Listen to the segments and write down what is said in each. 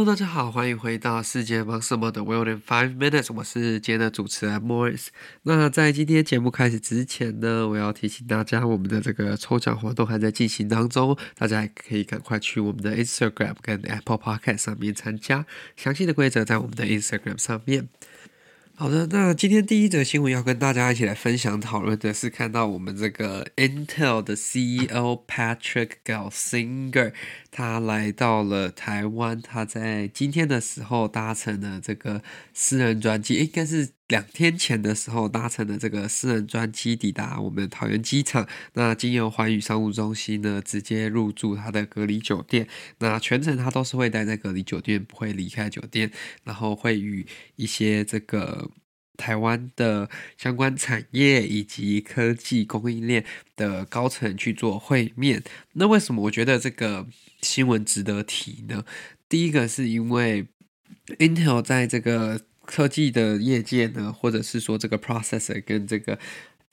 Hello，大家好，欢迎回到世界忙什么的 World in 5 Minutes，我是今天的主持人 Morris。那在今天节目开始之前呢，我要提醒大家，我们的这个抽奖活动还在进行当中，大家也可以赶快去我们的 Instagram 跟 Apple Podcast 上面参加，详细的规则在我们的 Instagram 上面。好的，那今天第一则新闻要跟大家一起来分享讨论的是，看到我们这个 Intel 的 CEO Patrick Gelsinger，他来到了台湾，他在今天的时候搭乘了这个私人专机，应该是2天前的时候搭乘的这个私人专机抵达我们桃园机场，那经由环宇商务中心呢，直接入住他的隔离酒店，那全程他都是会待在隔离酒店，不会离开酒店，然后会与一些这个台湾的相关产业以及科技供应链的高层去做会面。那为什么我觉得这个新闻值得提呢？第一个是因为 Intel 在这个科技的业界呢，或者是说这个 processor 跟这个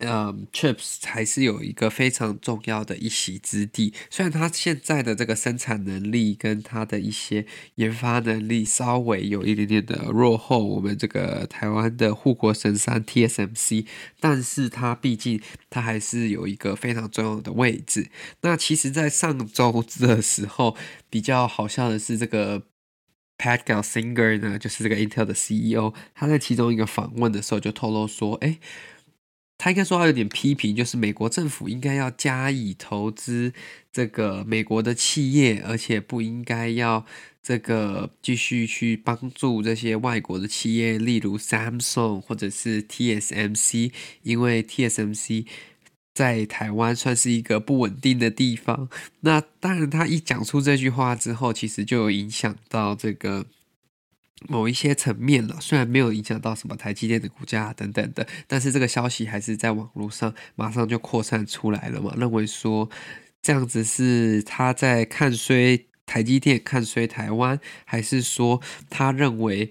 chips 还是有一个非常重要的一席之地。虽然它现在的这个生产能力跟它的一些研发能力稍微有一点点的落后我们这个台湾的护国神山 TSMC， 但是它毕竟它还是有一个非常重要的位置。那其实在上周的时候比较好笑的是，这个Pat Gelsinger 呢，就是这个 Intel 的 CEO， 他在其中一个访问的时候就透露说，他应该说他有点批评，就是美国政府应该要加以投资这个美国的企业，而且不应该要这个继续去帮助这些外国的企业，例如 Samsung 或者是 TSMC，因为 TSMC 在台湾算是一个不稳定的地方。那当然，他一讲出这句话之后，其实就有影响到这个某一些层面了，虽然没有影响到什么台积电的股价等等的，但是这个消息还是在网络上马上就扩散出来了嘛，认为说这样子是他在看衰台积电、看衰台湾，还是说他认为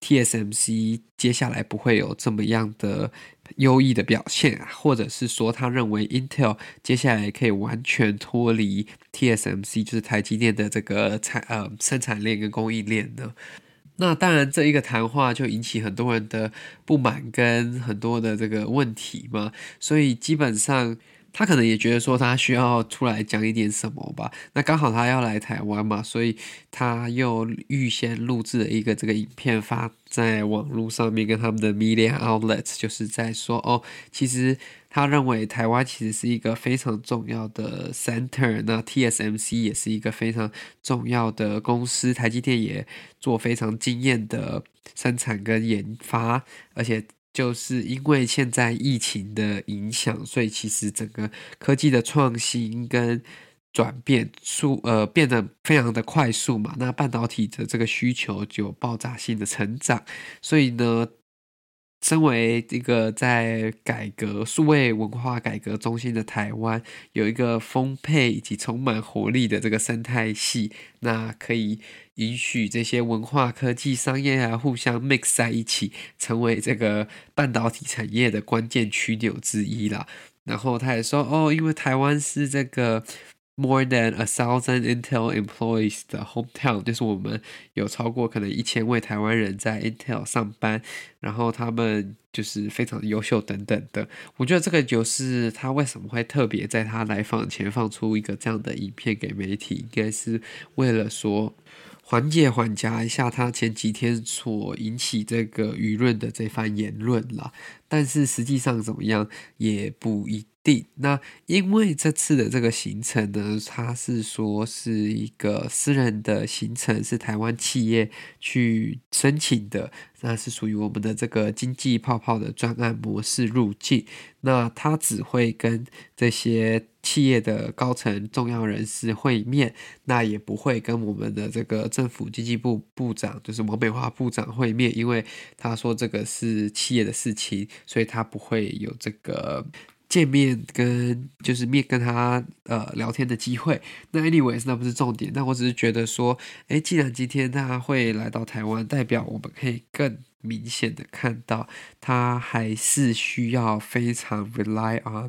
TSMC 接下来不会有这么样的优异的表现，或者是说他认为 Intel 接下来可以完全脱离 TSMC， 就是台积电的这个生产链跟供应链呢？那当然，这一个谈话就引起很多人的不满跟很多的这个问题嘛，所以基本上他可能也觉得说他需要出来讲一点什么吧。那刚好他要来台湾嘛，所以他又预先录制了一个这个影片发在网络上面，跟他们的 media outlets， 就是在说其实他认为台湾其实是一个非常重要的 center， 那 TSMC 也是一个非常重要的公司，台积电也做非常惊艳的生产跟研发，而且就是因为现在疫情的影响，所以其实整个科技的创新跟转变变得非常的快速嘛，那半导体的这个需求就有爆炸性的成长，所以呢，身为一个在数位文化改革中心的台湾，有一个丰沛以及充满活力的这个生态系，那可以允许这些文化、科技、商业啊互相 mix 在一起，成为这个半导体产业的关键枢纽之一啦。然后他也说，因为台湾是这个 more than 1,000 Intel employees 的 hometown，就是我们有超过可能1000位台湾人在 Intel 上班，然后他们就是非常优秀等等的。我觉得这个就是他为什么会特别在他来访前放出一个这样的影片给媒体，应该是为了说缓夹一下他前几天所引起这个舆论的这番言论啦。但是实际上怎么样也不一定。那因为这次的这个行程呢，它是说是一个私人的行程，是台湾企业去申请的，那是属于我们的这个经济泡泡的专案模式入境。那他只会跟这些企业的高层重要人士会面，那也不会跟我们的这个政府经济部部长，就是王美华部长会面，因为他说这个是企业的事情，所以他不会有这个见面跟就是跟他聊天的机会。那 anyways 那不是重点，那我只是觉得说，既然今天他会来到台湾，代表我们可以更明显的看到他还是需要非常 rely on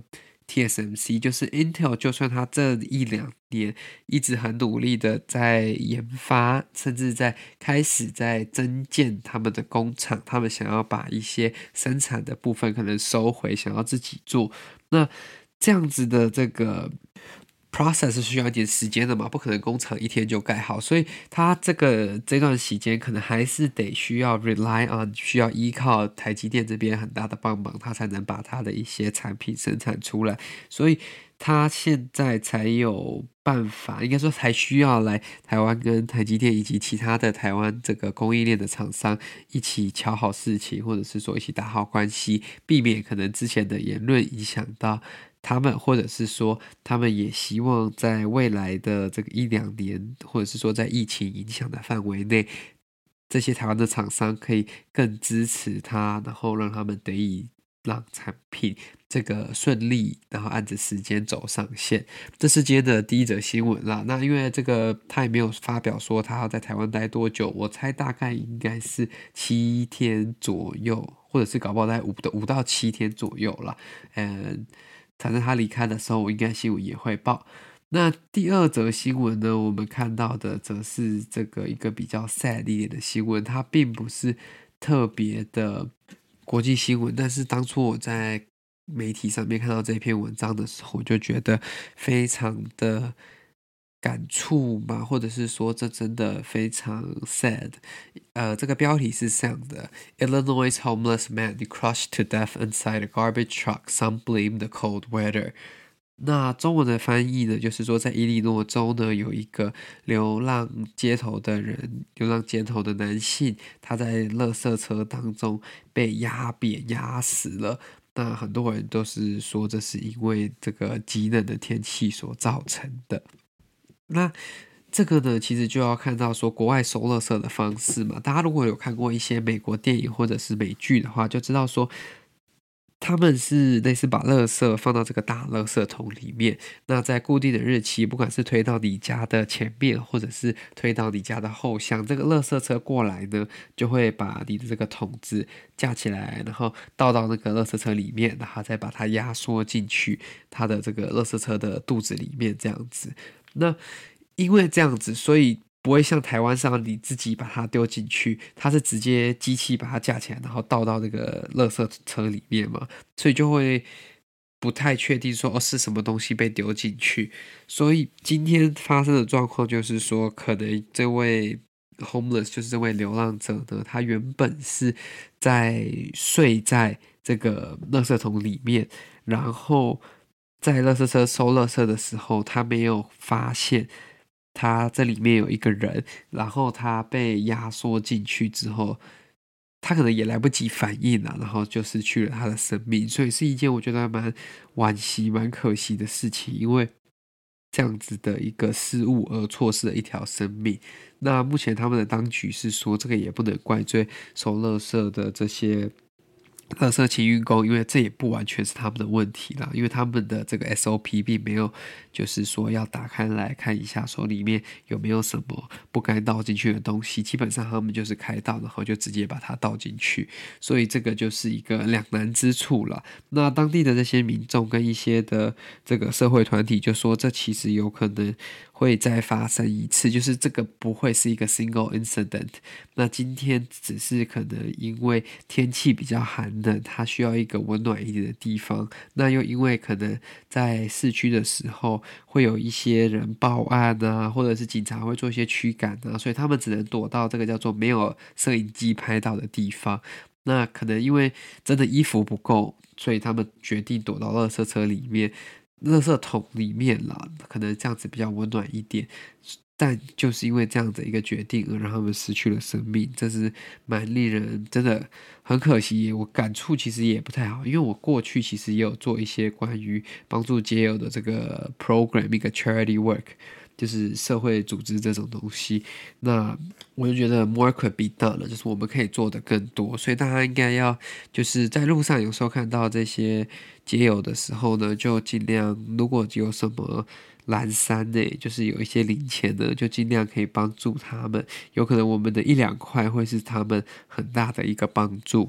TSMC，就是 Intel，就算它这1-2年一直很努力的在研发，甚至开始在增建他们的工厂，他们想要把一些生产的部分可能收回，想要自己做。那这样子的这个 process 是需要一点时间的嘛，不可能工厂一天就盖好，所以它这段期间可能还是得需要 rely on， 需要依靠台积电这边很大的帮忙，它才能把它的一些产品生产出来，所以它现在才有办法，应该说才需要来台湾跟台积电以及其他的台湾这个供应链的厂商一起瞧好事情，或者是说一起打好关系，避免可能之前的言论影响到他们，或者是说他们也希望在未来的这个1-2年，或者是说在疫情影响的范围内，这些台湾的厂商可以更支持他，然后让他们得以让产品这个顺利，然后按着时间走上线。这是今天的第一则新闻啦。那因为这个他也没有发表说他要在台湾待多久，我猜大概应该是7天左右，或者是搞不好在5到7天左右啦。反正他离开的时候，我应该新闻也会报。那第二则新闻呢，我们看到的则是这个一个比较 sad 一点的新闻，它并不是特别的国际新闻，但是当初我在媒体上面看到这篇文章的时候，我就觉得非常的感触嘛，或者是说这真的非常 sad。这个标题是这样的 ：Illinois homeless man crushed to death inside a garbage truck. Some blame the cold weather. 那中文的翻译呢，就是说在伊利诺州呢，有一个流浪街头的男性，他在垃圾车当中被压扁压死了。那很多人都是说这是因为这个极冷的天气所造成的。那这个呢，其实就要看到说国外收垃圾的方式嘛。大家如果有看过一些美国电影或者是美剧的话，就知道说他们是类似把垃圾放到这个大垃圾桶里面，那在固定的日期，不管是推到你家的前面，或者是推到你家的后厢，这个垃圾车过来呢，就会把你的这个桶子架起来，然后倒到那个垃圾车里面，然后再把它压缩进去它的这个垃圾车的肚子里面，这样子。那因为这样子，所以不会像台湾上你自己把它丢进去，它是直接机器把它架起来，然后倒到那个垃圾车里面嘛，所以就会不太确定说是什么东西被丢进去。所以今天发生的状况就是说，可能这位 homeless 就是这位流浪者呢，他原本是睡在这个垃圾桶里面，然后在垃圾车收垃圾的时候，他没有发现他这里面有一个人，然后他被压缩进去之后，他可能也来不及反应了，然后就失去了他的生命，所以是一件我觉得蛮惋惜、蛮可惜的事情，因为这样子的一个失误而错失了一条生命。那目前他们的当局是说，这个也不能怪罪收垃圾的这些垃圾清运工，因为这也不完全是他们的问题啦，因为他们的这个 SOP 并没有就是说要打开来看一下说里面有没有什么不该倒进去的东西，基本上他们就是开倒然后就直接把它倒进去，所以这个就是一个两难之处了。那当地的这些民众跟一些的这个社会团体就说，这其实有可能会再发生一次，就是这个不会是一个 single incident。那今天只是可能因为天气比较寒冷，它需要一个温暖一点的地方。那又因为可能在市区的时候会有一些人报案啊，或者是警察会做一些驱赶啊，所以他们只能躲到这个叫做没有摄影机拍到的地方。那可能因为真的衣服不够，所以他们决定躲到垃圾车里面。垃圾桶里面啦，可能这样子比较温暖一点，但就是因为这样的一个决定而让他们失去了生命，这是蛮令人真的很可惜耶。我感触其实也不太好，因为我过去其实也有做一些关于帮助街友的这个 program， 一个 charity work， 就是社会组织这种东西。那我就觉得 more could be done 了，就是我们可以做的更多，所以大家应该要就是在路上有时候看到这些街友的时候呢，就尽量如果有什么蓝山呢，就是有一些零钱呢，就尽量可以帮助他们，有可能我们的1-2块会是他们很大的一个帮助。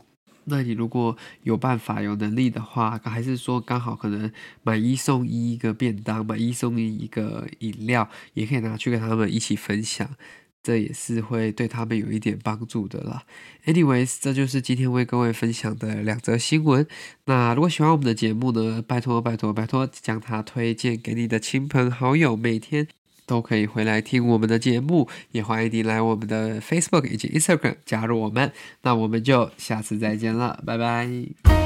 那你如果有办法有能力的话，还是说刚好可能买一送一个便当，买一送一个饮料，也可以拿去跟他们一起分享，这也是会对他们有一点帮助的啦。Anyways，这就是今天为各位分享的2则新闻。那如果喜欢我们的节目呢，拜托拜托拜托，将它推荐给你的亲朋好友，每天都可以回来听我们的节目，也欢迎你来我们的 Facebook 以及 Instagram 加入我们。那我们就下次再见了，拜拜。